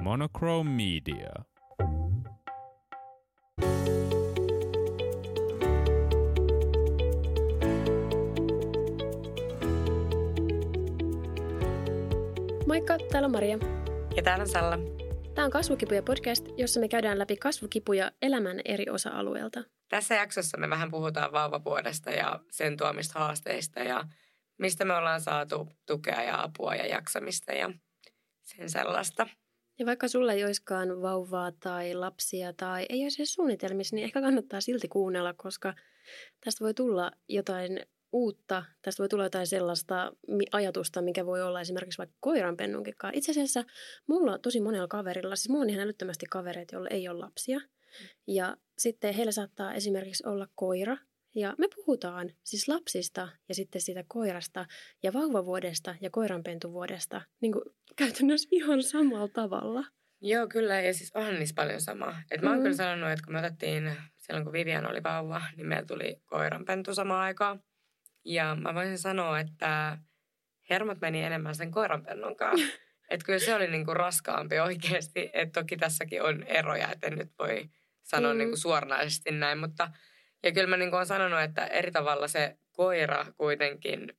Monochrome Media. Moikka, täällä on Maria. Ja täällä on Salla. Tämä on Kasvukipuja podcast, jossa me käydään läpi kasvukipuja elämän eri osa-alueilta. Tässä jaksossa me vähän puhutaan vauvavuodesta ja sen tuomista haasteista ja mistä me ollaan saatu tukea ja apua ja jaksamista ja sen sellaista. Ja vaikka sulla ei olisikaan vauvaa tai lapsia tai ei olisi edes suunnitelmissa, niin ehkä kannattaa silti kuunnella, koska tästä voi tulla jotain uutta. Tästä voi tulla jotain sellaista ajatusta, mikä voi olla esimerkiksi vaikka koiranpennunkikaan. Itse asiassa mulla on tosi monella kaverilla, siis mulla on ihan älyttömästi kavereita, joilla ei ole lapsia. Ja sitten heillä saattaa esimerkiksi olla koira. Ja me puhutaan siis lapsista ja sitten siitä koirasta ja vauvavuodesta ja koiranpentuvuodesta niin kuin käytännössä ihan samalla tavalla. Joo, kyllä. Ja siis onhan niissä paljon samaa. Et mä oon kyllä sanonut, että kun me otettiin, silloin kun Vivian oli vauva, niin meillä tuli koiranpentu samaan aikaan. Ja mä voisin sanoa, että hermot meni enemmän sen koiranpennun kanssa. Että kyllä se oli niinku raskaampi oikeasti. Että toki tässäkin on eroja, että en nyt voi sanoa niinku suoranaisesti näin. Mutta, ja kyllä mä niinku olen sanonut, että eri tavalla se koira kuitenkin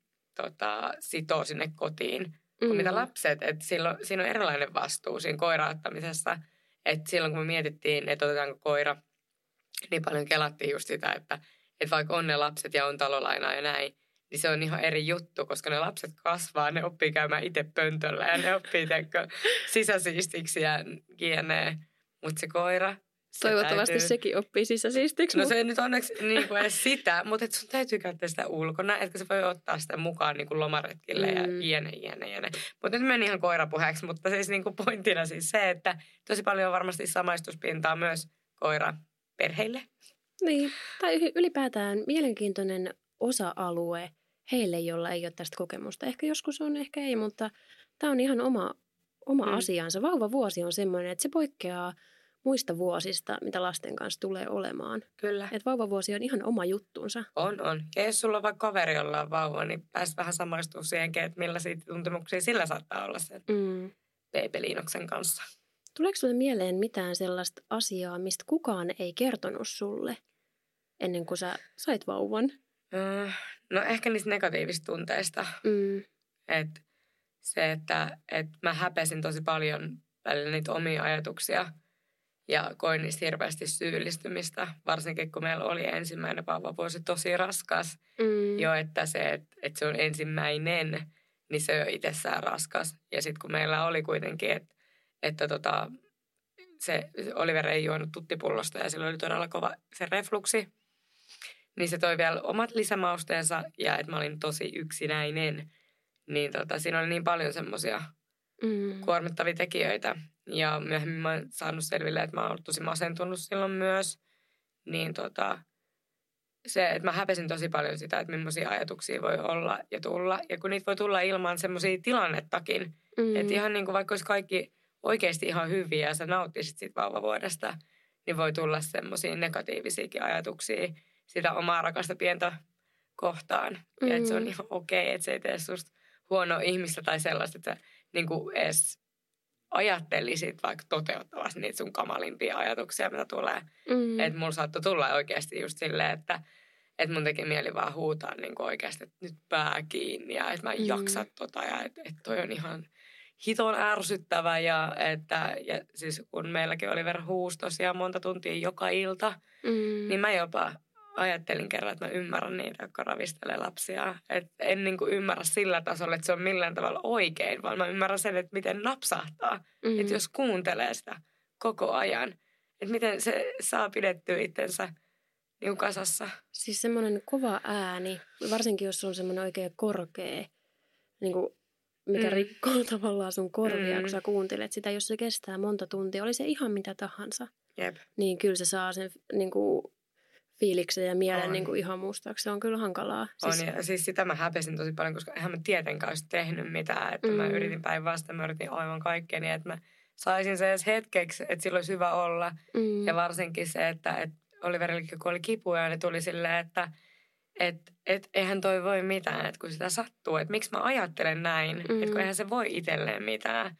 sitoo sinne kotiin kuin mitä lapset. Että siinä on erilainen vastuu siinä koirauttamisessa. Että silloin kun me mietittiin, että otetaanko koira, niin paljon kelattiin just sitä, että vaikka on ne lapset ja on talolainaa ja näin, niin se on ihan eri juttu, koska ne lapset kasvaa, ne oppii käymään itse pöntöllä ja ne oppii sisäsiistiksi ja jne. Mutta se koira... Toivottavasti sekin oppii sisäsiistiksi. No se nyt onneksi niin kuin edes sitä, mutta sun täytyy käyttää sitä ulkona, että se voi ottaa sitä mukaan niin kuin lomaretkille ja jne. Mutta nyt meni ihan koirapuheeksi, mutta siis niin kuin pointtina siis se, että tosi paljon on varmasti samaistuspintaa myös koiraperheille. Niin, tai ylipäätään mielenkiintoinen osa-alue heille, jolla ei ole tästä kokemusta. Ehkä joskus on, ehkä ei, mutta tämä on ihan oma asiansa. Vauvavuosi on semmoinen, että se poikkeaa muista vuosista, mitä lasten kanssa tulee olemaan. Kyllä. Että vauvavuosi on ihan oma juttunsa. On. Ja jos sulla on vaikka kaveri, jolla on vauva, niin pääset vähän samaistumaan siihenkin, että millaisia tuntemuksia sillä saattaa olla sen babyliinoksen kanssa. Tuleeko sulle mieleen mitään sellaista asiaa, mistä kukaan ei kertonut sulle ennen kuin sä sait vauvan? No ehkä niistä negatiivisista tunteista. Että se, että mä häpesin tosi paljon välillä niitä omia ajatuksia ja koin niistä hirveästi syyllistymistä. Varsinkin kun meillä oli ensimmäinen vauvavuosi tosi raskas. Jo, että se, että se on ensimmäinen, niin se on jo itsessään raskas. Ja sitten kun meillä oli kuitenkin, että se Oliver ei juonut tuttipullosta ja sillä oli todella kova se refluksi. Niin se toi vielä omat lisämausteensa ja että mä olin tosi yksinäinen. Niin siinä oli niin paljon semmoisia kuormittavia tekijöitä. Ja myöhemmin mä oon saanut selville, että mä oon ollut tosi masentunut silloin myös. Niin se, että mä häpesin tosi paljon sitä, että millaisia ajatuksia voi olla ja tulla. Ja kun niitä voi tulla ilman semmoisia tilannettakin. Että ihan niin kuin vaikka olisi kaikki oikeasti ihan hyviä ja sä nauttisit siitä vauvavuodesta, niin voi tulla semmoisia negatiivisiakin ajatuksia sitä omaa rakasta pientä kohtaan. Ja että se on ihan okei, että se ei tee susta huonoa ihmistä tai sellaista, että sä niin kuin edes ajattelisit vaikka toteuttavasti niitä sun kamalimpia ajatuksia, mitä tulee. Että mulla saattoi tulla oikeasti just silleen, että mun teki mieli vaan huutaa niin kuin oikeasti, että nyt pää kiinni ja että mä en jaksa ja että toi on ihan hiton ärsyttävä ja siis kun meilläkin oli verran huusi tosiaan monta tuntia joka ilta, niin mä jopa ajattelin kerran, että mä ymmärrän niitä, jotka ravistelee lapsia. Että en niin kuin ymmärrä sillä tasolla, että se on millään tavalla oikein, vaan mä ymmärrän sen, että miten napsahtaa. Että jos kuuntelee sitä koko ajan, että miten se saa pidettyä itsensä niin kasassa. Siis semmoinen kova ääni, varsinkin jos on semmoinen oikein korkea, niin kuin mikä rikkoo tavallaan sun korvia, kun sä kuuntelet sitä, jos se kestää monta tuntia, oli se ihan mitä tahansa. Jep. Niin kyllä se saa sen niin kuin fiiliksen ja mielen niin kuin ihan mustaksi. Se on kyllä hankalaa. Siis... On, ja siis sitä mä häpesin tosi paljon, koska eihän mä tietenkään olisi tehnyt mitään. Että mä yritin päinvastoin, mä yritin aivan kaikkea niin, että mä saisin se edes hetkeksi, että silloin olisi hyvä olla. Ja varsinkin se, että Oliverillakin kun oli kipuja, niin tuli silleen, että eihän toi voi mitään, että kun sitä sattuu, että miksi mä ajattelen näin, että kun eihän se voi itselleen mitään.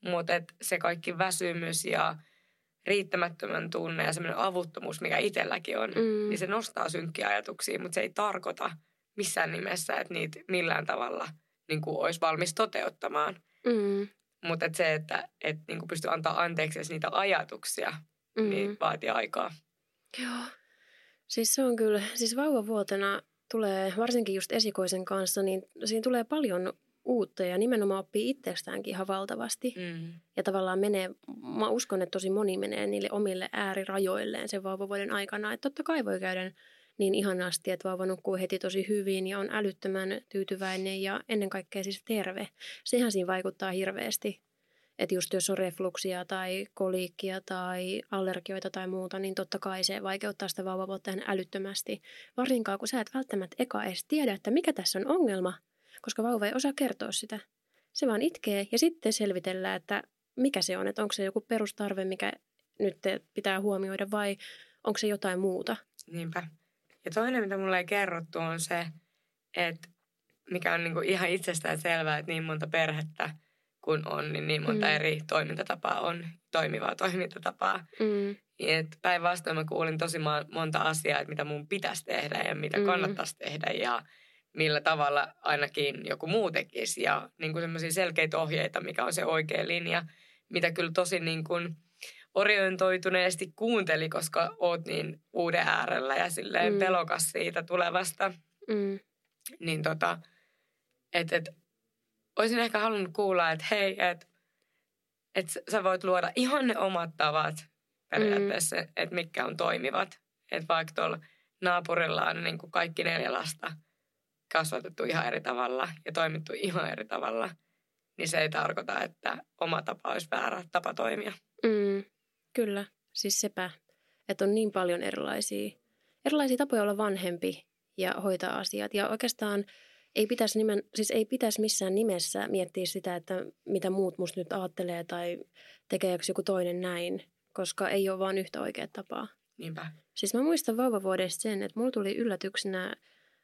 mutta se kaikki väsymys ja riittämättömän tunne ja semmoinen avuttomuus, mikä itselläkin on, niin se nostaa synkkiä ajatuksia, mutta se ei tarkoita missään nimessä, että niitä millään tavalla niin kuin olisi valmis toteuttamaan. Mutta se, että niin kuin pystyy antaa anteeksi edes niitä ajatuksia, niin vaatii aikaa. Joo. Siis se on kyllä, siis vauvavuotena tulee, varsinkin just esikoisen kanssa, niin siinä tulee paljon uutta ja nimenomaan oppii itsestäänkin ihan valtavasti. Ja tavallaan mä uskon, että tosi moni menee niille omille äärirajoilleen sen vauvavuoden aikana. Että totta kai voi käydä niin ihanasti, että vauva nukkuu heti tosi hyvin ja on älyttömän tyytyväinen ja ennen kaikkea siis terve. Sehän siinä vaikuttaa hirveästi. Että just jos on refluksia tai koliikkia tai allergioita tai muuta, niin totta kai se vaikeuttaa sitä vauvavuotta ihan älyttömästi. Varsinkaan, kun sä et välttämättä eka edes tiedä, että mikä tässä on ongelma, koska vauva ei osaa kertoa sitä. Se vaan itkee ja sitten selvitellään, että mikä se on, että onko se joku perustarve, mikä nyt pitää huomioida vai onko se jotain muuta. Niinpä. Ja toinen, mitä mulle ei kerrottu, on se, että mikä on niinku ihan itsestään selvää, että niin monta perhettä kun on, niin monta eri toimintatapaa on, toimivaa toimintatapaa. Päinvastoin mä kuulin tosi monta asiaa, että mitä mun pitäisi tehdä ja mitä kannattaisi tehdä ja millä tavalla ainakin joku muu tekisi. Ja niin kuin semmoisia selkeitä ohjeita, mikä on se oikea linja, mitä kyllä tosi niin kuin orientoituneesti kuunteli, koska oot niin uuden äärellä ja silleen pelokas siitä tulevasta. Niin olisin ehkä halunnut kuulla, että hei, että sä voit luoda ihan ne omat tavat periaatteessa, että mitkä on toimivat. Että vaikka tuolla naapurilla on niin kuin kaikki 4 lasta kasvatettu ihan eri tavalla ja toimittu ihan eri tavalla, niin se ei tarkoita, että oma tapa olisi väärä tapa toimia. Kyllä, siis sepä, että on niin paljon erilaisia tapoja olla vanhempi ja hoitaa asiat. Ja oikeastaan ei pitäisi missään nimessä miettiä sitä, että mitä muut musta nyt ajattelee tai tekeekö joku toinen näin, koska ei ole vaan yhtä oikea tapaa. Niinpä. Siis mä muistan vauvavuodesta sen, että mulla tuli yllätyksenä,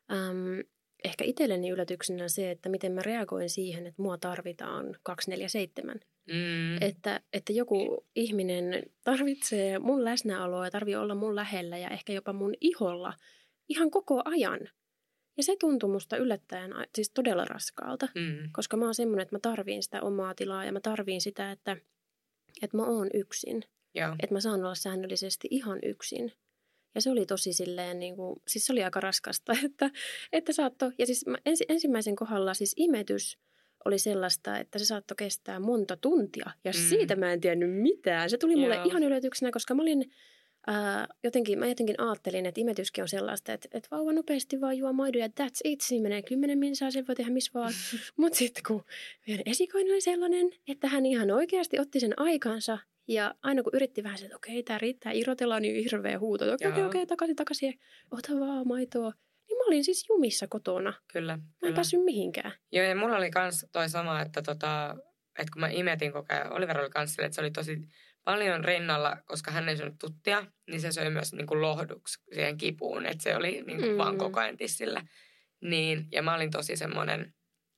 ehkä itselleni yllätyksenä se, että miten mä reagoin siihen, että mua tarvitaan 24/7. Että joku ihminen tarvitsee mun läsnäoloa ja tarvitsee olla mun lähellä ja ehkä jopa mun iholla ihan koko ajan. Ja se tuntui musta yllättäen siis todella raskaalta, koska mä oon semmoinen, että mä tarviin sitä omaa tilaa ja mä tarviin sitä, että mä oon yksin. Joo. Että mä saan olla säännöllisesti ihan yksin. Ja se oli tosi silleen, niin kuin, siis se oli aika raskasta, että saattoi, ja siis ensimmäisen kohdalla siis imetys oli sellaista, että se saattoi kestää monta tuntia. Ja siitä mä en tiennyt mitään. Se tuli mulle ihan yllätyksenä, koska mä olin jotenkin ajattelin, että imetyskin on sellaista, että vauva nopeasti vaan juo maidon ja that's it. Siinä menee 10 minsaa, sen voi tehdä missä vaan. Mutta sitten kun meidän esikoinen oli sellainen, että hän ihan oikeasti otti sen aikansa ja aina kun yritti vähän se, että okei, tämä riittää, irrotellaan niin hirveä huuto. Okei, takaisin, ota vaan maitoa. Niin mä olin siis jumissa kotona. Kyllä. Mä en päässyt mihinkään. Joo, ja mulla oli kans toi sama, että kun mä imetin koko ajan, Oliver oli kans sille, että se oli tosi paljon rinnalla, koska hän ei syönyt tuttia, niin se söi myös niin kuin lohduksi siihen kipuun, että se oli niin kuin vaan koko ajan tissillä. Niin, ja mä olin tosi semmoinen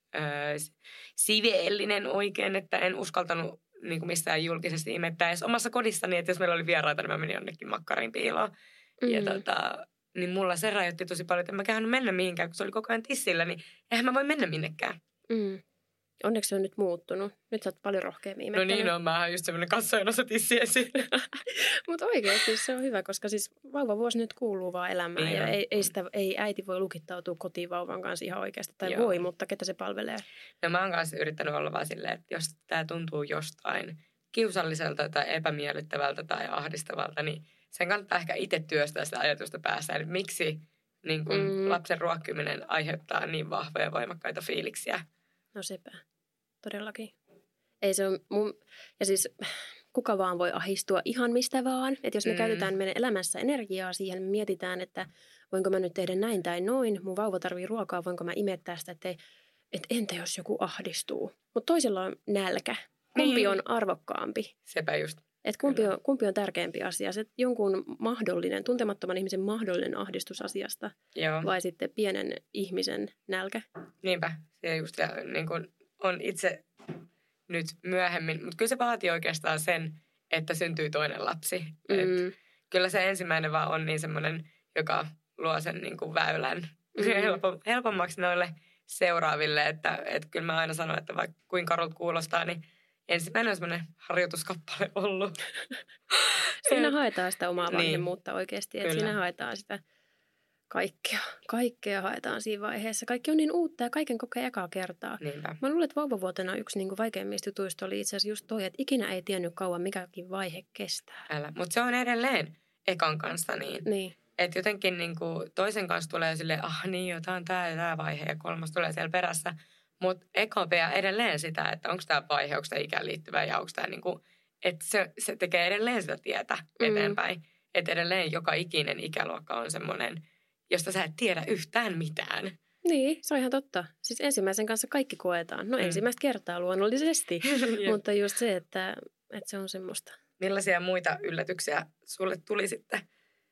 siveellinen oikein, että en uskaltanut niin kuin missään julkisesti imettää edes omassa kodissani, että jos meillä oli vieraita, niin mä menin jonnekin makkarin piiloon. Ja niin mulla se rajoitti tosi paljon, että en mä käynyt mennä mihinkään, kun se oli koko ajan tissillä, niin eihän mä voi mennä minnekään. Onneksi se on nyt muuttunut. Nyt sä oot paljon rohkeammin imettänyt. No niin, no mä oon just semmoinen katsojonossa tissi esiin. Mutta oikeasti se on hyvä, koska siis vauvavuosi nyt kuuluu vaan elämään. Niin ja ei äiti voi lukittautua kotiin vauvan kanssa ihan oikeasti. Tai voi, mutta ketä se palvelee? No mä oon kanssa yrittänyt olla vaan silleen, että jos tää tuntuu jostain kiusalliselta tai epämiellyttävältä tai ahdistavalta, niin sen kannattaa ehkä itse työstää sitä ajatusta päässä. Eli miksi niin kun lapsen ruokkiminen aiheuttaa niin vahvoja ja voimakkaita fiiliksiä? No sepä. Todellakin. Ei se on ja siis kuka vaan voi ahdistua ihan mistä vaan. Että jos me käytetään meidän elämässä energiaa siihen, me mietitään, että voinko mä nyt tehdä näin tai noin. Mun vauva tarvii ruokaa, voinko mä imettää sitä, että entä jos joku ahdistuu. Mutta toisella on nälkä. Kumpi on arvokkaampi? Sepä just. Että kumpi on tärkeämpi asia? Se jonkun mahdollinen, tuntemattoman ihmisen mahdollinen ahdistus asiasta vai sitten pienen ihmisen nälkä? Niinpä. Se just ja niin kun on itse nyt myöhemmin. Mutta kyllä se vaatii oikeastaan sen, että syntyy toinen lapsi. Kyllä se ensimmäinen vaan on niin semmoinen, joka luo sen niin kuin väylän helpommaksi noille seuraaville. Että kyllä mä aina sanon, että vaikka kuinka karulta kuulostaa, niin ensimmäinen on semmoinen harjoituskappale ollut. Siinä haetaan sitä omaa vanhemmuutta oikeasti. Että siinä haetaan sitä kaikkea haetaan siinä vaiheessa. Kaikki on niin uutta ja kaiken kokee ekaa kertaa. Niinpä. Mä luulen, että vauvavuotena yksi niin kuin vaikeimmista jutuista oli itse asiassa just toi, että ikinä ei tiennyt kauan mikäkin vaihe kestää. Mutta se on edelleen ekan kanssa niin. Että jotenkin niin kuin toisen kanssa tulee silleen, tämä on tämä vaihe ja kolmas tulee siellä perässä. Mutta eka peää edelleen sitä, että onko tämä vaihe, onko tämä ikään liittyvä ja onko tämä niin kuin, että se tekee edelleen sitä tietä eteenpäin. Että edelleen joka ikinen ikäluokka on semmoinen, josta sä et tiedä yhtään mitään. Niin, se on ihan totta. Siis ensimmäisen kanssa kaikki koetaan. No ensimmäistä kertaa luonnollisesti, mutta just se, että se on semmoista. Millaisia muita yllätyksiä sulle tuli sitten?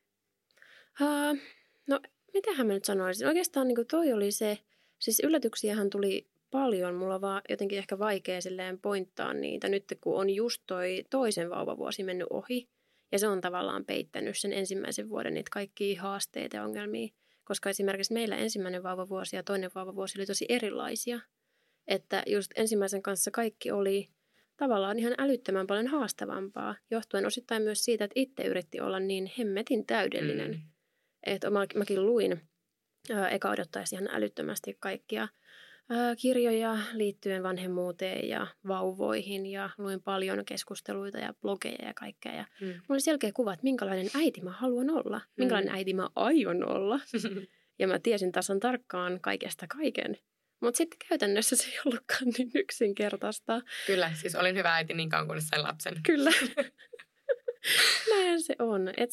No, mitähän mä nyt sanoisin? Oikeastaan niin toi oli se, siis yllätyksiähän tuli paljon. Mulla on vaan jotenkin ehkä vaikea silleen pointtaa niitä nyt, kun on just toi toisen vauvavuosi mennyt ohi. Ja se on tavallaan peittänyt sen ensimmäisen vuoden niitä kaikkia haasteita ja ongelmia. Koska esimerkiksi meillä ensimmäinen vauvavuosi ja toinen vauvavuosi oli tosi erilaisia. Että just ensimmäisen kanssa kaikki oli tavallaan ihan älyttömän paljon haastavampaa. Johtuen osittain myös siitä, että itse yritti olla niin hemmetin täydellinen. Että mäkin luin eka odottaisi ihan älyttömästi kaikkia kirjoja liittyen vanhemmuuteen ja vauvoihin ja luin paljon keskusteluita ja blogeja ja kaikkea. Ja mulla oli selkeä kuva, että minkälainen äiti mä haluan olla, minkälainen äiti mä aion olla. Ja mä tiesin tasan tarkkaan kaikesta kaiken. Mutta sitten käytännössä se ei ollutkaan niin yksinkertaista. Kyllä, siis olin hyvä äiti niin kauan, kunnes sain lapsen. Kyllä. Näin se on. Että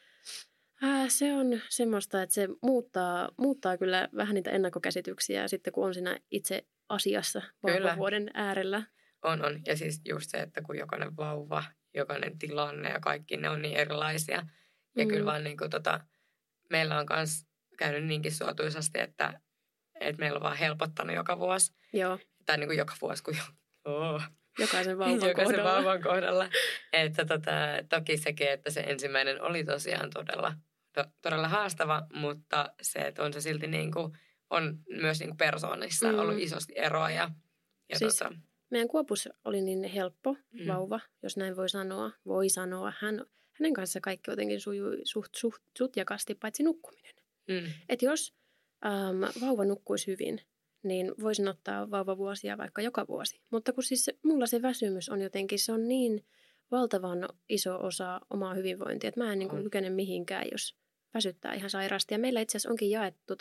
se on semmoista, että se muuttaa kyllä vähän niitä ennakkokäsityksiä sitten, kun on siinä itse asiassa vauvavuoden äärellä. On. Ja siis just se, että kun jokainen vauva, jokainen tilanne ja kaikki ne on niin erilaisia. Ja kyllä vaan niin kuin meillä on myös käynyt niinkin suotuisasti, että meillä on vaan helpottanut joka vuosi. Joo. Tai niin kuin joka vuosi, kun jokaisen vauvan kohdalla. Että toki sekin, että se ensimmäinen oli tosiaan todella haastava, mutta se, että on se silti niin kuin, on myös niin kuin persoonissa ollut isosti eroa. Ja siis meidän Kuopus oli niin helppo vauva, jos näin voi sanoa. Hänen kanssa kaikki jotenkin sujui suht sutjakasti, paitsi nukkuminen. Että jos vauva nukkuisi hyvin, niin voisin ottaa vauvavuosia vaikka joka vuosi. Mutta kun siis mulla se väsymys on jotenkin, se on niin valtavan iso osa omaa hyvinvointia, että mä en niin kuin kykene mihinkään, jos väsyttää ihan sairaasti. Ja meillä itse asiassa onkin jaettu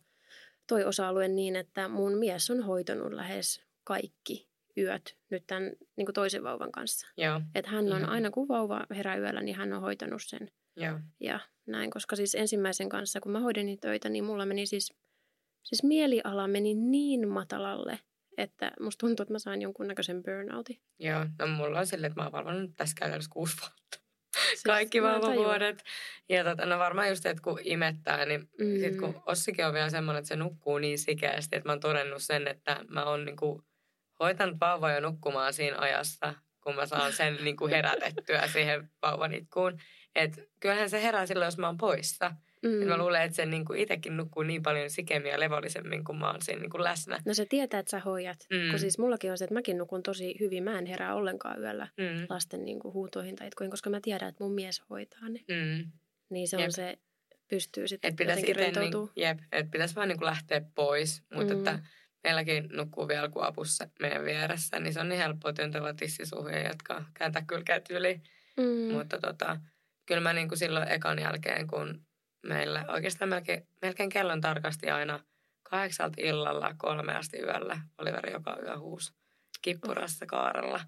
toi osa-alue niin, että mun mies on hoitanut lähes kaikki yöt nyt tämän niin kuin toisen vauvan kanssa. Että hän on aina, kun vauva herää yöllä, niin hän on hoitanut sen. Ja näin, koska siis ensimmäisen kanssa, kun mä hoidin niitä töitä, niin mulla meni siis mieliala meni niin matalalle, että musta tuntuu, että mä sain jonkunnäköisen burnoutin. Joo, no mulla on silleen, että mä oon valvonnut tässä käytännössä 6 vuotta. Kaikki vauvavuodet. Ja no varmaan just, että kun imettää, niin sit kun Ossikin on vielä semmoinen, että se nukkuu niin sikeästi, että mä oon todennut sen, että mä oon niinku hoitanut vauvaa jo nukkumaan siinä ajassa, kun mä saan sen niinku herätettyä siihen vauvan itkuun. Että kyllähän se herää silloin, jos mä oon poissa. Mä luulen, että se niinku itsekin nukkuu niin paljon sikemmin ja levollisemmin, kun mä oon siinä niinku läsnä. No se tietää, että sä hoidat. Kun siis mullakin on se, että mäkin nukun tosi hyvin. Mä en herää ollenkaan yöllä lasten niinku huutoihin tai itkuihin, koska mä tiedän, että mun mies hoitaa ne. Niin se on se, pystyy sitten jotenkin rentoutumaan. Että pitäisi vaan niinku lähteä pois. Mutta että meilläkin nukkuu vielä Kuopussa meidän vieressä, niin se on niin helppoa työntävä tissisuuhun ja jatkaa kääntää kylkeet yli. Mutta kyllä mä niinku silloin ekan jälkeen, kun meillä oikeastaan melkein kellon tarkasti aina 8 illalla 3 asti yöllä. Oliveri joka yö huusi kippurassa kaarella.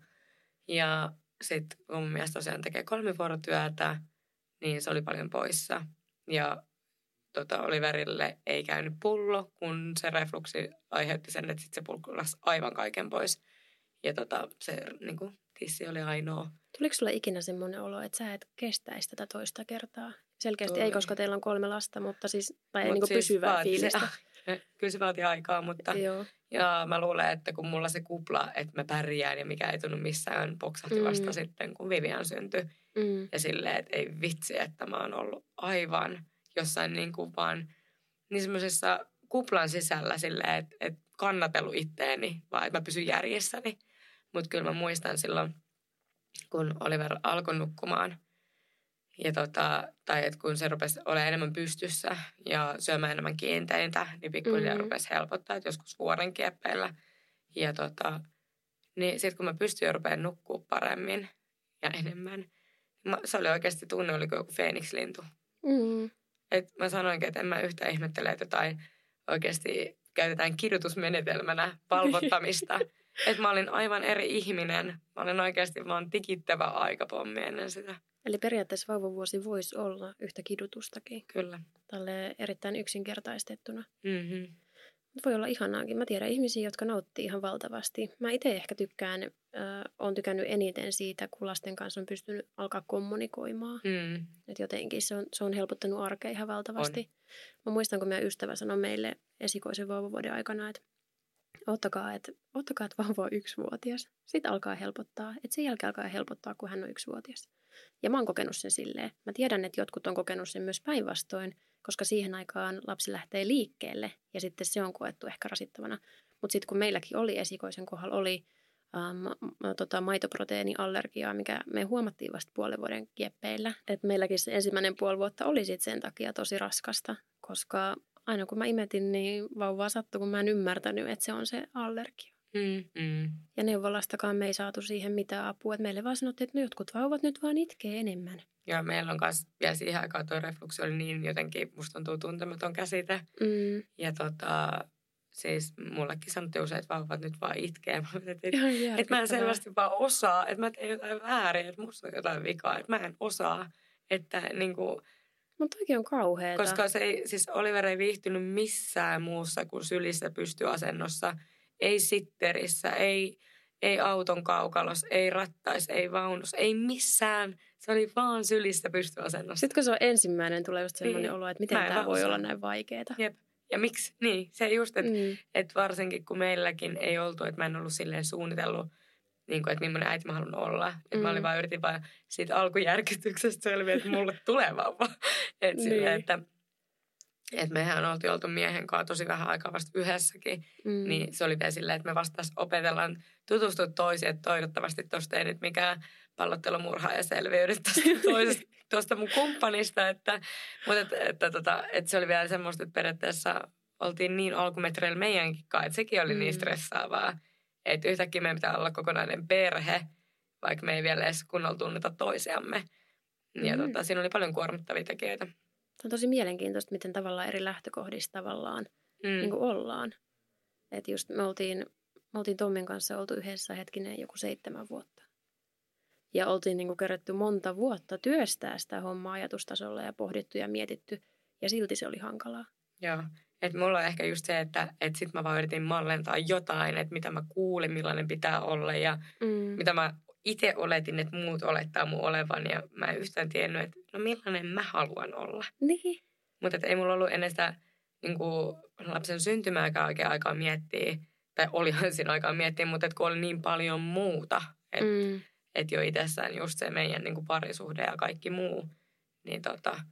Ja sitten kun mun mies tosiaan tekee 3 vuorotyötä, niin se oli paljon poissa. Ja Oliverille ei käynyt pullo, kun se refluksi aiheutti sen, että sitten se pulkulasi aivan kaiken pois. Ja se niinku, tissi oli ainoa. Tuliko sulla ikinä semmoinen olo, että sä et kestäisi tätä toista kertaa? Selkeästi ei, koska teillä on 3 lasta, mutta siis, tai niin siis pysyvää fiilistä. Kyllä se vaatii aikaa, mutta Joo. ja mä luulen, että kun mulla se kupla, että mä pärjään ja mikä ei tunnu missään, poksahti vasta sitten, kun Vivian syntyi. Ja silleen, että ei vitsi, että mä oon ollut aivan jossain niin kuin vaan niin semmoisessa kuplan sisällä silleen, että kannatellut itteeni, vaan että mä pysyn järjessäni. Mutta kyllä mä muistan silloin, kun Oliver alkoi nukkumaan. Ja tai että kun se rupesi olemaan enemmän pystyssä ja syömään enemmän kiinteintä, niin pikkuhiljaa rupesi helpottaa, että joskus vuoren kieppeillä. Ja niin sitten kun mä pystyin jo rupeamaan nukkua paremmin ja enemmän, se oli oikeasti tunne, oliko joku feenikslintu. Et mä sanoinkin, että en mä yhtään ihmettele, että jotain oikeasti käytetään kidutusmenetelmänä valvottamista. Että mä olin aivan eri ihminen. Mä olin oikeasti vaan tikittävä aikapommi ennen sitä. Eli periaatteessa vauvavuosi voisi olla yhtä kidutustakin. Kyllä. Tälleen erittäin yksinkertaistettuna. Voi olla ihanaakin. Mä tiedän ihmisiä, jotka nauttii ihan valtavasti. Mä itse ehkä oon tykännyt eniten siitä, kun lasten kanssa on pystynyt alkaa kommunikoimaan. Että jotenkin se on helpottanut arkea ihan valtavasti. Mä muistan, kun meidän ystävä sanoi meille esikoisen vauvavuoden aikana, että ottakaa, että vauva on 1-vuotias. Sitten alkaa helpottaa. Että sen jälkeen alkaa helpottaa, kun hän on 1-vuotias. Ja mä oon kokenut sen silleen. Mä tiedän, että jotkut on kokenut sen myös päinvastoin, koska siihen aikaan lapsi lähtee liikkeelle ja sitten se on koettu ehkä rasittavana. Mutta sitten kun meilläkin oli esikoisen kohdalla oli maitoproteiiniallergiaa, mikä me huomattiin vasta puolen vuoden kieppeillä. Että meilläkin se ensimmäinen puoli vuotta oli sitten sen takia tosi raskasta, koska aina kun mä imetin, niin vauvaa sattui, kun mä en ymmärtänyt, että se on se allergia. Ja neuvolastakaan me ei saatu siihen mitään apua. Että meille vaan sanottiin, että no jotkut vauvat nyt vaan itkee enemmän. Ja meillä on myös vielä siihen aikaan tuo refluksi oli niin jotenkin, musta tuntuu tuntematon käsite. Ja siis mullekin sanottiin usein, että vauvat nyt vaan itkee. Että mä en selvästi vaan osaa, että mä teen jotain väärin, että musta on jotain vikaa. Että mä en osaa, että niinku... Mutta toikin on kauheeta. Koska siis Oliver ei viihtynyt missään muussa kuin sylissä pystyasennossa. Ei sitterissä, ei auton kaukalossa, ei rattaissa, ei vaunussa, ei missään. Se oli vaan sylissä pystyasennossa. Sitten kun se on ensimmäinen, tulee just sellainen olo, että miten tämä voi olla näin vaikeaa. Jep. Ja miksi? Niin, se just, että varsinkin kun meilläkin ei oltu, että mä en ollut silleen suunnitellut, niin kuin, että millainen äiti mä haluan olla. Että mä yritin vaan siitä alkujärkytyksestä selviä, että mulle tulee vauva. Että silleen, että mehän oltiin oltu miehen kanssa tosi vähän aikaa vasta yhdessäkin. Niin se oli vielä silleen, että me vasta opetellaan tutustua toisiin, että toivottavasti tuosta ei nyt mikään pallottelumurha ja selviydy tuosta mun kumppanista. Mutta se oli vielä semmoista, että periaatteessa oltiin niin alkumetreillä meidänkin kanssa, että sekin oli niin stressaavaa. Että yhtäkkiä meidän pitää olla kokonainen perhe, vaikka me ei vielä edes kunnolla tunneta toisiamme. Ja siinä oli paljon kuormittavia tekijöitä. Se on tosi mielenkiintoista, miten tavallaan eri lähtökohdista tavallaan niin kuin ollaan. Että just me oltiin Tommin kanssa oltu yhdessä hetkinen joku 7 vuotta. Ja oltiin niin kuin kerätty monta vuotta työstää sitä hommaa ajatustasolla ja pohdittu ja mietitty. Ja silti se oli hankalaa. Joo. Että mulla on ehkä just se, että sit mä vaan yritin mallentaa jotain, että mitä mä kuulin, millainen pitää olla ja mitä mä itse oletin, että muut olettaa mun olevan ja mä en yhtään tiennyt, että no millainen mä haluan olla. Niin. Mutta ei mulla ollut ennen sitä niin kuin lapsen syntymääkään oikein aikaa miettiä, tai olihan siinä aikaa miettiä, mutta kun oli niin paljon muuta, että jo itsessään just se meidän niin kuin parisuhde ja kaikki muu, niin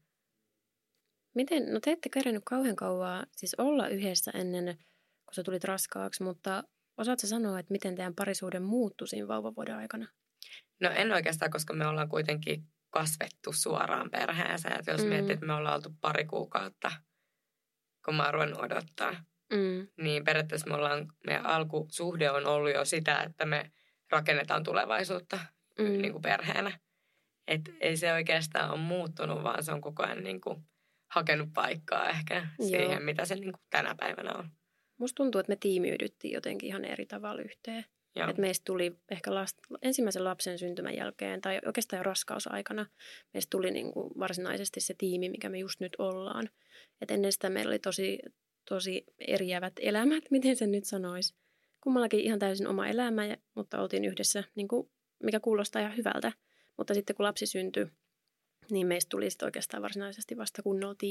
Miten, no te ette kerennyt kauhean kauaa siis olla yhdessä ennen, kun sä tulit raskaaksi, mutta osaatko sanoa, että miten teidän parisuhde muuttui siinä vauvavuoden aikana? No en oikeastaan, koska me ollaan kuitenkin kasvettu suoraan perheeseen. Että jos miettii, että me ollaan oltu 2 kuukautta, kun mä oon ruvennut odottaa, niin periaatteessa meidän alkusuhde on ollut jo sitä, että me rakennetaan tulevaisuutta niin kuin perheenä. Että ei se oikeastaan ole muuttunut, vaan se on koko ajan niin kuin hakenut paikkaa ehkä siihen, mitä se niin kuin tänä päivänä on. Musta tuntuu, että me tiimiydyttiin jotenkin ihan eri tavalla yhteen. Että meistä tuli ehkä ensimmäisen lapsen syntymän jälkeen tai oikeastaan jo raskausaikana meistä tuli niin kuin varsinaisesti se tiimi, mikä me just nyt ollaan. Että ennen sitä meillä oli tosi eriävät elämät, miten sen nyt sanoisi. Kummallakin ihan täysin oma elämä, mutta oltiin yhdessä, niin kuin, mikä kuulostaa ihan hyvältä. Mutta sitten kun lapsi syntyi, niin meistä tuli sitten oikeastaan varsinaisesti vasta kunnolla tiimi.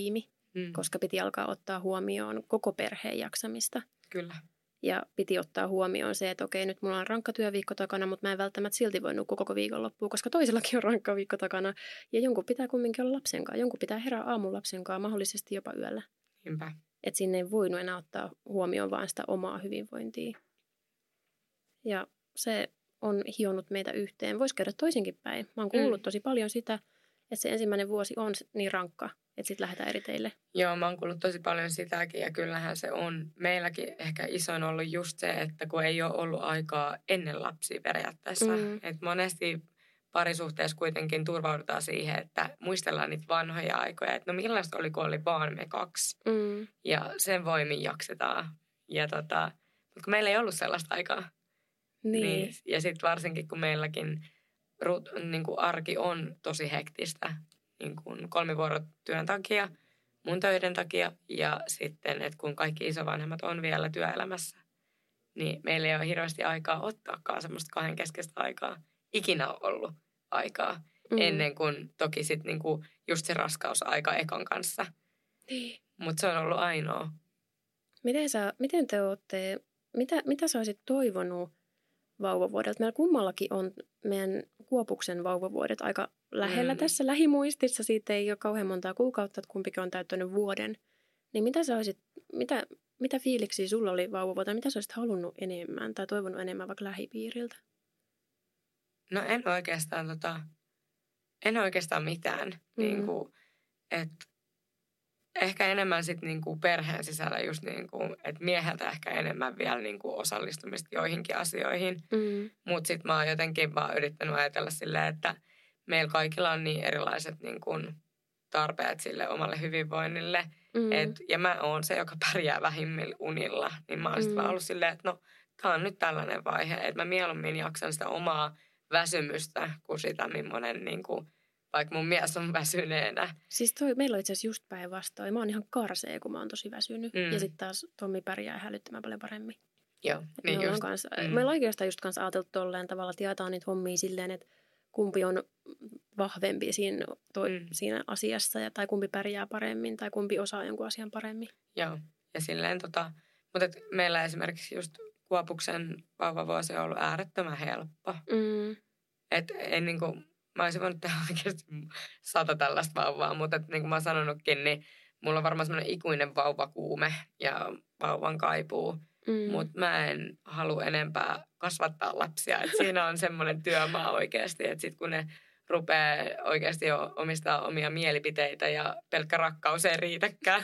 koska piti alkaa ottaa huomioon koko perheen jaksamista. Kyllä. Ja piti ottaa huomioon se, että okei, nyt mulla on rankka työviikko takana, mutta mä en välttämättä silti voi nukkua koko viikonloppuun, koska toisellakin on rankka viikko takana. Ja jonkun pitää kumminkin olla lapsen kanssa. Jonkun pitää herää aamun lapsen kanssa, mahdollisesti jopa yöllä. Niinpä. Että sinne ei voinut enää ottaa huomioon vaan sitä omaa hyvinvointia. Ja se on hionut meitä yhteen. Voisi käydä toisinkin päin. Mä oon kuullut tosi paljon sitä, että se ensimmäinen vuosi on niin rankka, että sitten lähdetään eri teille. Joo, mä oon kuullut tosi paljon sitäkin ja kyllähän se on. Meilläkin ehkä isoin ollut just se, että kun ei ole ollut aikaa ennen lapsia periaatteessa. Että monesti parisuhteessa kuitenkin turvaudutaan siihen, että muistellaan niitä vanhoja aikoja. Että no millaista oli, kun oli vaan me kaksi. Ja sen voimin jaksetaan. Ja mutta kun meillä ei ollut sellaista aikaa. Niin. Ja sitten varsinkin, kun meilläkin niin kuin arki on tosi hektistä. Niin kuin 3 vuorotyön takia, mun töiden takia ja sitten, että kun kaikki isovanhemmat on vielä työelämässä, niin meillä ei ole hirveästi aikaa ottaakaan semmoista kahdenkeskeistä aikaa. Ikinä on ollut aikaa ennen kuin toki sitten niinku just se raskausaika ekan kanssa. Mutta se on ollut ainoa. Miten te olette, mitä sä olisit toivonut vauvavuodelta? Meillä kummallakin on meidän Kuopuksen vauvavuodet aika lähellä tässä lähimuistissa. Siitä ei ole kauhean montaa kuukautta, että kumpikin on täyttänyt vuoden. Niin mitä fiiliksiä sulla oli vauvavuodelta? Mitä sä olisit halunnut enemmän tai toivonut enemmän vaikka lähipiiriltä? No en oikeastaan mitään. Niinku, ehkä enemmän sitten niinku perheen sisällä just niinku, että mieheltä ehkä enemmän vielä niinku osallistumista joihinkin asioihin. Mutta sitten mä oon jotenkin vaan yrittänyt ajatella silleen, että meillä kaikilla on niin erilaiset niinku tarpeet sille omalle hyvinvoinnille. Ja mä oon se, joka pärjää vähimmillä unilla. Niin mä oon sitten vaan ollut silleen, että no tää on nyt tällainen vaihe, että mä mieluummin jaksan sitä omaa väsymystä kuin sitä, millainen niinku vaikka mun mies on väsyneenä. Siis meillä on itse asiassa just päinvastoin. Mä oon ihan karsea, kun mä oon tosi väsynyt. Ja sitten taas Tommi pärjää hälyttömän paljon paremmin. Joo, niin just. Meillä on oikeastaan just kanssa ajateltu tolleen tavalla, että jaetaan niitä hommia silleen, että kumpi on vahvempi siinä asiassa, tai kumpi pärjää paremmin, tai kumpi osaa jonkun asian paremmin. Joo, ja silleen mutta meillä esimerkiksi just Kuopuksen vauvavuosi on ollut äärettömän helppo. Että ei niinku mä olisin voinut tehdä oikeasti 100 tällaista vauvaa, mutta niin kuin mä oon sanonutkin, niin mulla on varmaan semmoinen ikuinen vauvakuume ja vauvan kaipuu. Mutta mä en halua enempää kasvattaa lapsia. Et siinä on semmoinen työmaa oikeasti, että sitten kun ne rupeaa oikeasti jo omistaa omia mielipiteitä ja pelkkä rakkaus ei riitäkään.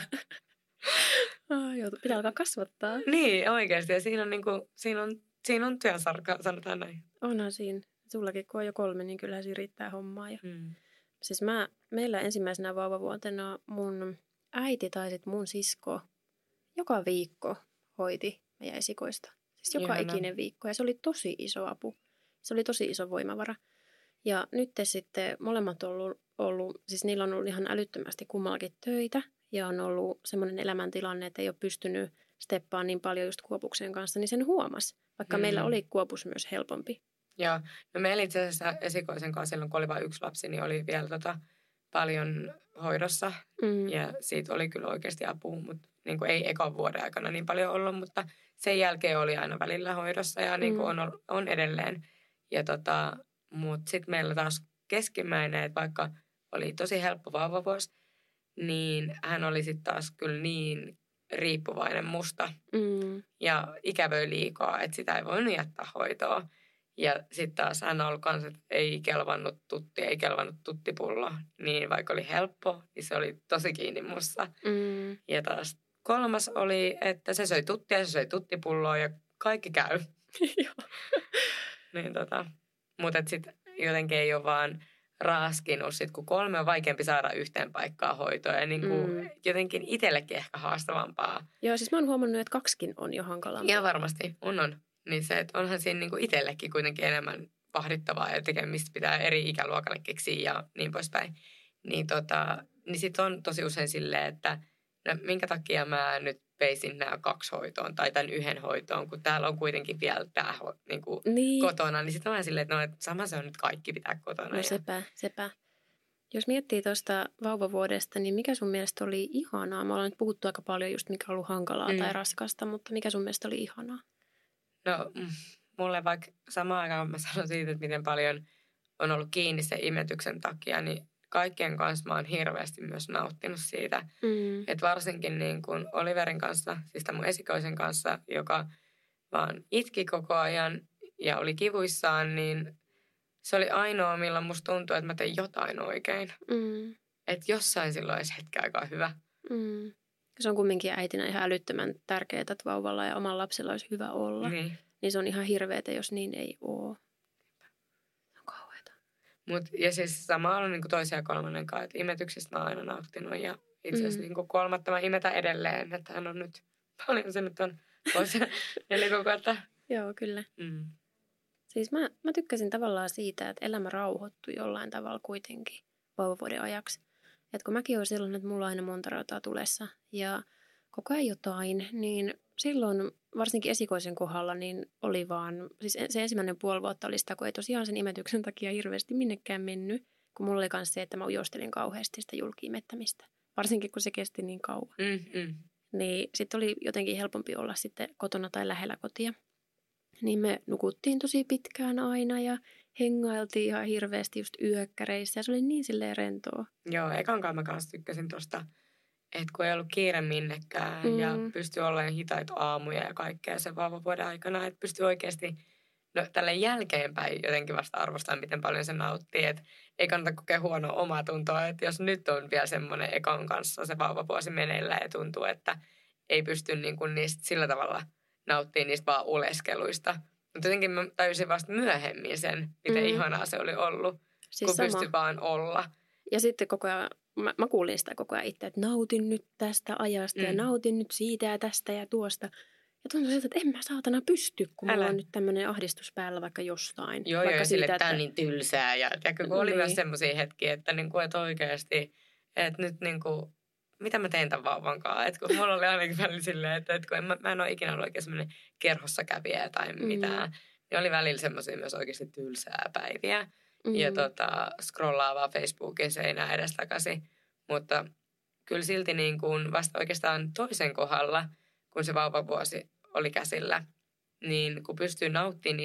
Pitää alkaa kasvattaa. Niin, oikeasti. Ja siinä on työsarka, sanotaan näin. Onhan siinä. Sullakin, kun on jo 3, niin kyllä siinä riittää hommaa. Ja siis meillä ensimmäisenä vauvavuotena mun äiti tai sit mun sisko joka viikko hoiti meidän esikoista. Siis joka ikinen viikko. Ja se oli tosi iso apu. Se oli tosi iso voimavara. Ja nyt sitten molemmat on ollut, siis niillä on ollut ihan älyttömästi kummallakin töitä. Ja on ollut semmoinen elämäntilanne, että ei ole pystynyt steppaamaan niin paljon just Kuopuksen kanssa, niin sen huomasi. Vaikka meillä oli Kuopus myös helpompi. Joo. No meillä itse asiassa esikoisen kanssa silloin, kun oli vain 1 lapsi, niin oli vielä paljon hoidossa. Ja siitä oli kyllä oikeasti apua, mutta niin kuin ei ekan vuoden aikana niin paljon ollut, mutta sen jälkeen oli aina välillä hoidossa ja niin kuin on edelleen. Ja mutta sitten meillä taas keskimmäinen, että vaikka oli tosi helppo vauvavuosi, niin hän oli sitten taas kyllä niin riippuvainen musta. Ja ikävöi liikaa, että sitä ei voinut jättää hoitoa. Ja sitten taas hän on ollut kanssa, että ei kelvannut tuttipullo. Niin vaikka oli helppo, niin se oli tosi kiinni musta. Ja taas 3 oli, että se söi tuttia ja se söi tuttipulloa ja kaikki käy. Niin mutta sitten jotenkin ei ole vaan raaskinut. Sitten kun 3 on vaikeampi saada yhteen paikkaan hoitoa ja niin kuin jotenkin itsellekin ehkä haastavampaa. Joo, siis mä oon huomannut, että 2 on jo hankalampaa. Ja varmasti, on. Niin se, että onhan siinä niin kuin itsellekin kuitenkin enemmän vahdittavaa ja tekemistä pitää eri ikäluokalle keksiä ja niin poispäin. Niin sitten on tosi usein silleen, että no minkä takia mä nyt veisin nämä 2 hoitoon tai tämän 1 hoitoon, kun täällä on kuitenkin vielä tämä niin. Kotona. Niin sitten on vähän silleen, että no, että sama se on nyt kaikki pitää kotona. No sepä. Jos miettii tuosta vauvavuodesta, niin mikä sun mielestä oli ihanaa? Me ollaan nyt puhuttu aika paljon just mikä on ollut hankalaa tai raskasta, mutta mikä sun mielestä oli ihanaa? No, mulle vaikka samaan aikaan mä sanon siitä, että miten paljon on ollut kiinni sen imetyksen takia, niin kaikkien kanssa mä oon hirveästi myös nauttinut siitä. Että varsinkin niin kuin Oliverin kanssa, siis tämän mun esikoisen kanssa, joka vaan itki koko ajan ja oli kivuissaan, niin se oli ainoa, milloin musta tuntui, että mä tein jotain oikein. Että jossain silloin olisi hetken aikaa hyvä. Se on kumminkin äitinä ihan älyttömän tärkeää, että vauvalla ja omalla lapsella olisi hyvä olla. Niin se on ihan hirveetä, jos niin ei ole. Se on kauheata. Ja siis sama on niin kuin toisen ja kolmannen kanssa, että imetyksestä mä oon aina nauttinut. Ja itse asiassa niin kuin kolmatta mä imetän edelleen, että hän on nyt paljon, se nyt on toisen 4 kuukautta. Joo, kyllä. Siis mä tykkäsin tavallaan siitä, että elämä rauhoittui jollain tavalla kuitenkin vauvavuoden ajaksi. Että kun mäkin olen sellainen, että mulla on aina monta rautaa tulessa ja koko ajan jotain, niin silloin varsinkin esikoisen kohdalla niin oli vaan, siis se ensimmäinen puoli vuotta oli sitä, kun ei tosiaan sen imetyksen takia hirveästi minnekään mennyt, kun mulla oli myös se, että mä ujostelin kauheasti sitä julki-imettämistä, varsinkin kun se kesti niin kauan. Niin sitten oli jotenkin helpompi olla sitten kotona tai lähellä kotia. Niin me nukuttiin tosi pitkään aina ja hengailtiin ihan hirveästi just yökkäreissä ja se oli niin silleen rentoa. Joo, ekankaan mä kanssa tykkäsin tosta, että kun ei ollut kiire minnekään ja pystyi olemaan hitaita aamuja ja kaikkea sen vauvavuoden aikana, että pystyi oikeasti tälle jälkeenpäin jotenkin vasta arvostamaan, miten paljon se nauttii, että ei kannata kokea huonoa omaa tuntoa, että jos nyt on vielä semmoinen ekan kanssa se vauvavuosi meneillään ja tuntuu, että ei pysty niin kuin niistä sillä tavalla nauttii niistä vaan oleskeluista. Mutta jotenkin mä tajusin vasta myöhemmin sen, miten ihanaa se oli ollut, siis kun pystyi vaan olla. Ja sitten koko ajan, mä kuulin sitä koko ajan itse, että nautin nyt tästä ajasta ja nautin nyt siitä ja tästä ja tuosta. Ja tuntuu siltä, että en mä saatana pysty, kun mulla on nyt tämmöinen ahdistus päällä vaikka jostain. Joo, vaikka joo, sille, että tämä on niin tylsää. Ja kun oli myös semmoisia hetkiä, että, niinku, että oikeasti, että nyt niinku, mitä mä teen tämän vauvan kanssa. Että kun mulla oli ainakin välillä silleen, että kun mä en ole ikinä ollut oikein semmoinen kerhossa kävijä tai mitään. Niin oli välillä semmoisia myös oikeasti tylsää päiviä. Ja scrollaavaa Facebookin seinää edestakaisin. Mutta kyllä silti niin kuin vasta oikeastaan toisen kohdalla, kun se vauvavuosi oli käsillä, niin kun pystyy nauttimaan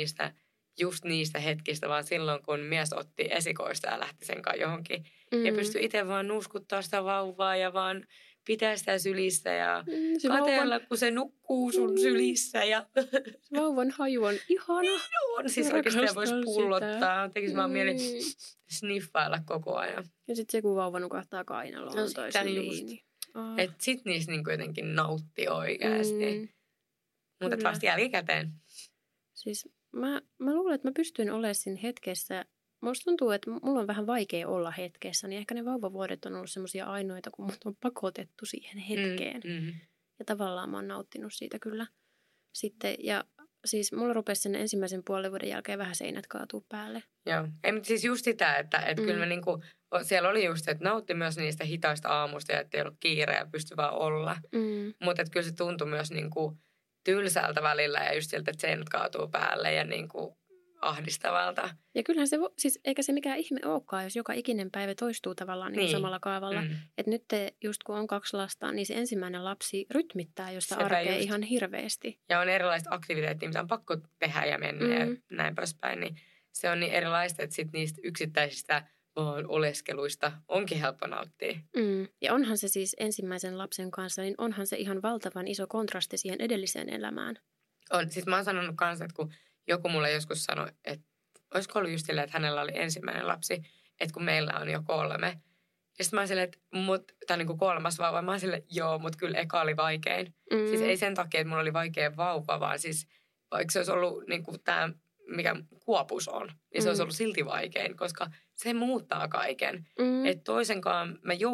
niistä hetkistä, vaan silloin, kun mies otti esikoista ja lähti sen kanssa johonkin. Ja pystyi itse vaan nuuskuttaa sitä vauvaa ja vaan pitää sitä sylissä ja katsella, kun se nukkuu sun sylissä. Ja se vauvan haju on ihana. On, siis oikeastaan voisi pullottaa. Tekisi vaan mieli sniffailla koko ajan. Ja sitten se, kun vauva nukahtaa kainaloon tai syliin. Että sit niistä niin jotenkin nautti oikeasti. Mutta vasta jälkikäteen. Siis mä luulen, että mä pystyn olemaan siinä hetkessä. Musta tuntuu, että mulla on vähän vaikea olla hetkessä, niin ehkä ne vauvavuodet on ollut semmoisia ainoita, kun mut on pakotettu siihen hetkeen. Ja tavallaan mä oon nauttinut siitä kyllä sitten. Ja siis mulla rupesi sen ensimmäisen puolen vuoden jälkeen vähän seinät kaatuu päälle. Joo, ei, mutta siis just sitä, että kyllä me niinku, siellä oli just se, että nautti myös niistä hitaista aamusta ja ettei ollut kiire ja pystyi vaan olla. Mutta kyllä se tuntui myös niinku tylsältä välillä ja just sieltä, että seinät kaatuu päälle ja niinku ahdistavalta. Ja kyllähän se, siis eikä se mikään ihme olekaan, jos joka ikinen päivä toistuu tavallaan niin samalla kaavalla. Että nyt just kun on 2 lasta, niin se ensimmäinen lapsi rytmittää jo sitä arkea ihan hirveästi. Ja on erilaiset aktiviteettia, mitä on pakko tehdä ja mennä ja näin poispäin. Niin se on niin erilaista, että sit niistä yksittäisistä oleskeluista onkin helppo nauttia. Ja onhan se siis ensimmäisen lapsen kanssa, niin onhan se ihan valtavan iso kontrasti siihen edelliseen elämään. On. Siis mä oon sanonut kanssa, että kun joku mulle joskus sanoi, että olisiko ollut just silleen, että hänellä oli ensimmäinen lapsi, että kun meillä on jo 3. Ja sitten mä oon silleen, että tämä on niin kuin 3. vauva. Mä oon silleen, joo, mutta kyllä eka oli vaikein. Siis ei sen takia, että mulla oli vaikea vauva, vaan siis vaikka se olisi ollut niin kuin tämä, mikä kuopus on, niin se olisi ollut silti vaikein, koska se muuttaa kaiken. Että toisenkaan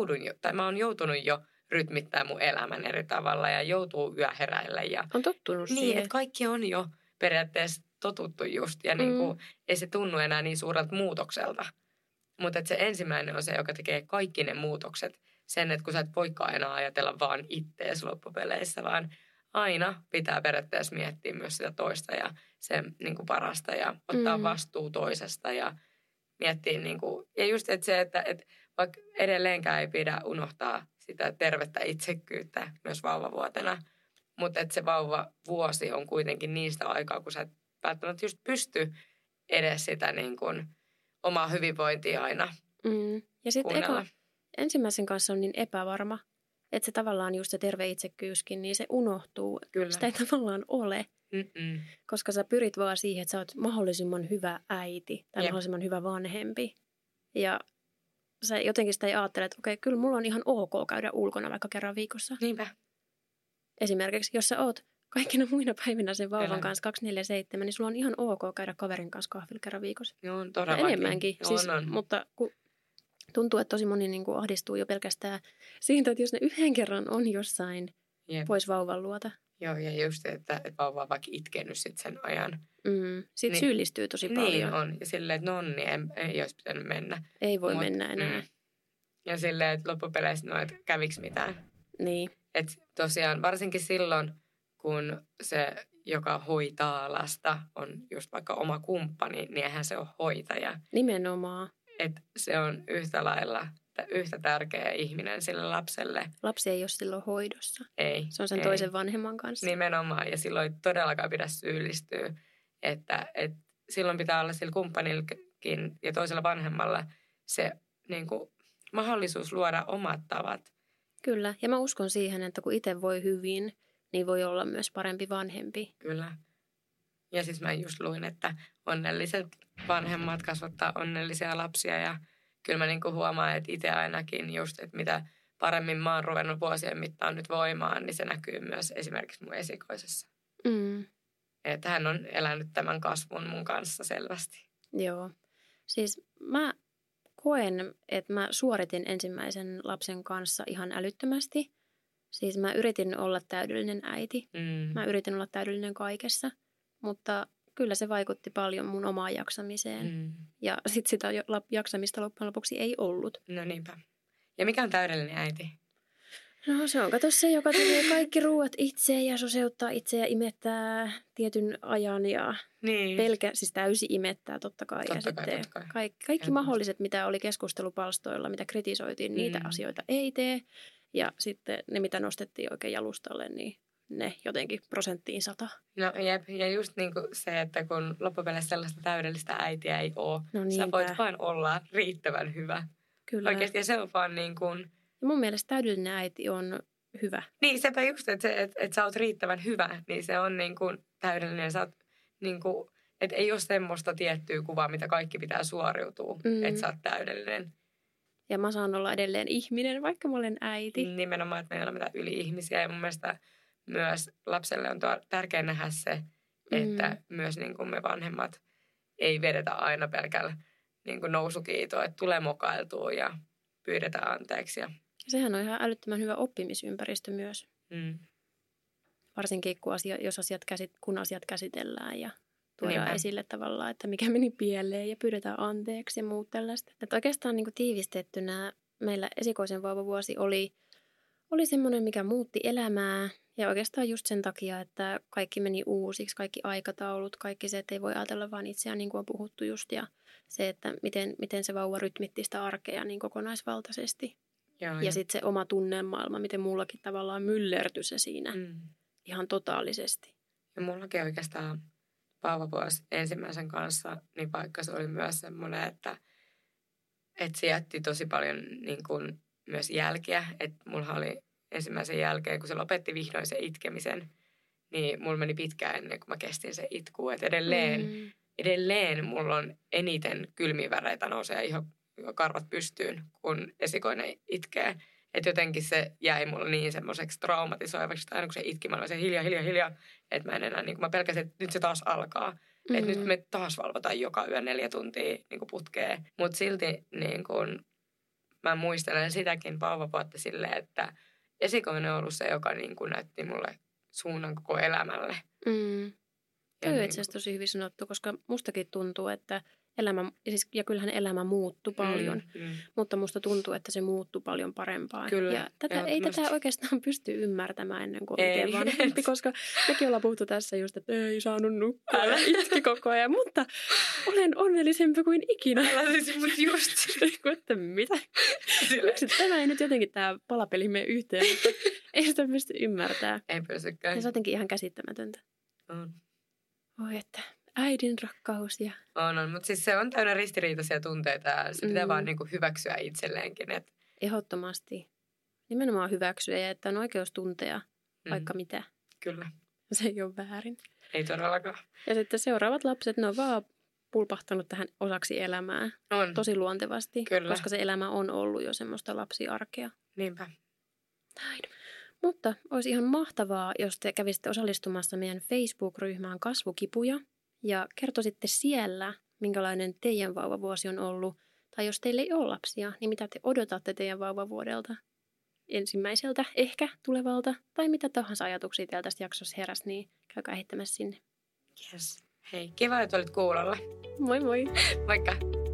mä oon joutunut jo rytmittää mun elämän eri tavalla ja joutuu yöheräille. Ja on tottunut siihen. Niin, että kaikki on jo periaatteessa totuttu just ja niin kuin, ei se tunnu enää niin suurelta muutokselta. Mutta se ensimmäinen on se, joka tekee kaikki ne muutokset. Sen, että kun sä et voikaan enää ajatella vaan ittees loppupeleissä, vaan aina pitää periaatteessa miettiä myös sitä toista ja sen niin kuin parasta ja ottaa vastuu toisesta ja miettiä niin kuin, ja just että se, että vaikka edelleenkään ei pidä unohtaa sitä tervettä itsekkyyttä myös vauvavuotena, mutta että se vauvavuosi on kuitenkin niistä aikaa, kun sä et välttämättä just pysty edes sitä niin kuin omaa hyvinvointia aina Ja sitten kuunnella. Ensimmäisen kanssa on niin epävarma, että se tavallaan just se terve itsekkyyskin, niin se unohtuu. Kyllä. Sitä ei tavallaan ole, koska sä pyrit vaan siihen, että sä oot mahdollisimman hyvä äiti tai mahdollisimman hyvä vanhempi. Ja sä jotenkin sitä ei ajattele, että okei, kyllä mulla on ihan ok käydä ulkona vaikka kerran viikossa. Niinpä. Esimerkiksi, jos sä oot kaikkina muina päivinä sen vauvan kanssa 247, niin sulla on ihan ok käydä kaverin kanssa kahvilla kerran viikossa. Joo, todellakin. Ja enemmänkin. Joo, siis, mutta tuntuu, että tosi moni niin kuin ahdistuu jo pelkästään siitä, että jos ne yhden kerran on jossain pois vauvan luota. Joo, ja just, että vauva on vaikka itkenyt sit sen ajan. Siitä syyllistyy tosi paljon. Niin on. Ja silleen, että niin ei olisi pitänyt mennä. Ei voi mennä enää. Ja silleen, että loppupeleissä, että käviks mitään. Niin. Että tosiaan varsinkin silloin, kun se, joka hoitaa lasta, on just vaikka oma kumppani, niin eihän se ole hoitaja. Nimenomaan. Että se on yhtä tärkeä ihminen sille lapselle. Lapsi ei ole silloin hoidossa. Ei. Se on sen toisen vanhemman kanssa. Nimenomaan. Ja silloin ei todellakaan pidä syyllistyä. Että silloin pitää olla sillä kumppanillakin ja toisella vanhemmalla se niin kuin, mahdollisuus luoda omat tavat. Kyllä. Ja mä uskon siihen, että kun itse voi hyvin, niin voi olla myös parempi vanhempi. Kyllä. Ja siis mä just luin, että onnelliset vanhemmat kasvattaa onnellisia lapsia. Ja kyllä mä niin kuin huomaan, että itse ainakin just, että mitä paremmin mä oon ruvennut vuosien mittaan nyt voimaan, niin se näkyy myös esimerkiksi mun esikoisessa. Että hän on elänyt tämän kasvun mun kanssa selvästi. Joo. Siis mä koen, että mä suoritin ensimmäisen lapsen kanssa ihan älyttömästi. Siis mä yritin olla täydellinen äiti. Mä yritin olla täydellinen kaikessa, mutta kyllä se vaikutti paljon mun omaan jaksamiseen. Ja sitten sitä jaksamista loppujen lopuksi ei ollut. No niinpä. Ja mikä on täydellinen äiti? No se on kato se, joka tekee kaikki ruuat itse ja soseuttaa itse ja imettää tietyn ajan ja siis täysi imettää totta kai. Ja sitten kaikki mahdolliset, mitä oli keskustelupalstoilla, mitä kritisoitiin, niitä asioita ei tee. Ja sitten ne, mitä nostettiin oikein jalustalle, niin ne jotenkin 100%. No jep, ja just niin kuin se, että kun loppupeleissä sellaista täydellistä äitiä ei ole, sä voit vaan olla riittävän hyvä. Kyllä. Oikeasti, ja se on vaan niin kuin... Ja mun mielestä täydellinen äiti on hyvä. Niin, sepä just, että sä oot riittävän hyvä, niin se on niin kuin täydellinen. Sä oot niin kuin, että ei ole semmoista tiettyä kuvaa, mitä kaikki pitää suoriutua, että sä oot täydellinen. Ja mä saan olla edelleen ihminen, vaikka mä olen äiti. Nimenomaan, että meillä on mitään yli-ihmisiä. Ja mun mielestä myös lapselle on tärkeää nähdä se, että myös niin kuin me vanhemmat ei vedetä aina pelkällä niin kuin nousukiitoa, että tulee mokailtua ja pyydetään anteeksi. Ja sehän on ihan älyttömän hyvä oppimisympäristö myös. Varsinkin kun asiat käsitellään ja tuodaan esille tavallaan, että mikä meni pieleen ja pyydetään anteeksi ja muut tällaista. Että oikeastaan niin kuin tiivistettynä meillä esikoisen vauvavuosi oli semmoinen, mikä muutti elämää. Ja oikeastaan just sen takia, että kaikki meni uusiksi, kaikki aikataulut, kaikki se, että ei voi ajatella vaan itseään niin kuin on puhuttu just. Ja se, että miten se vauva rytmitti sitä arkea niin kokonaisvaltaisesti. Ja sitten se oma tunnelmaailma, miten mullakin tavallaan myllertyi se siinä ihan totaalisesti. Ja mullakin oikeastaan vauvavuosi ensimmäisen kanssa, niin vaikka se oli myös semmoinen, että se jätti tosi paljon niin kuin myös jälkiä. Että mulla oli ensimmäisen jälkeen, kun se lopetti vihdoin sen itkemisen, niin mulla meni pitkään ennen kuin mä kestin sen itkua. Että edelleen mulla on eniten kylmiväreitä nousee ihan karvat pystyyn, kun esikoinen itkee. Että jotenkin se jäi mulle niin semmoiseksi traumatisoivaksi, että aina kun se itki, mä olin se hiljaa, että mä en enää, niin kuin mä pelkäsin, että nyt se taas alkaa. Että nyt me taas valvotaan joka yö 4 tuntia niin kuin putkeen. Mutta silti niin kuin, mä muistelen sitäkin vauvavuotta silleen, että esikoinen on ollut se, joka niin kuin näytti mulle suunnan koko elämälle. Tämä on itse asiassa tosi hyvin sanottu, koska mustakin tuntuu, että ja kyllähän elämä muuttui paljon, mutta musta tuntuu, että se muuttui paljon parempaan. Kyllä, ja ei tätä oikeastaan pysty ymmärtämään ennen kuin oikein vanhempi, koska mekin ollaan puhuttu tässä just, että ei saanut nukkua ja itki koko ajan, mutta olen onnellisempi kuin ikinä. Mutta just. Että mitä? Miksi tämä ei nyt jotenkin tämä palapeli mene yhteen, mutta ei sitä pysty ymmärtämään. Ei pystykään. Ja se on jotenkin ihan käsittämätöntä. On. Oi, että äidin rakkaus ja... On, mutta siis se on täynnä ristiriitaisia tunteita ja se pitää vaan niinku hyväksyä itselleenkin. Et... Ehdottomasti. Nimenomaan hyväksyä ja että on oikeus tuntea vaikka mitä. Kyllä. Se ei ole väärin. Ei todellakaan. Ja sitten seuraavat lapset, ne on vaan pulpahtanut tähän osaksi elämää. On. Tosi luontevasti. Kyllä. Koska se elämä on ollut jo semmoista lapsiarkea. Niinpä. Näin. Mutta olisi ihan mahtavaa, jos te kävisitte osallistumassa meidän Facebook-ryhmään Kasvukipuja ja kertoisitte siellä, minkälainen teidän vauvavuosi on ollut. Tai jos teillä ei ole lapsia, niin mitä te odotatte teidän vauvavuodelta? Ensimmäiseltä, ehkä tulevalta, tai mitä tahansa ajatuksia teillä tästä jaksossa heräsi, niin käykää heittämässä sinne. Yes. Hei, kiva, että olit kuulolla. Moi moi! Moikka!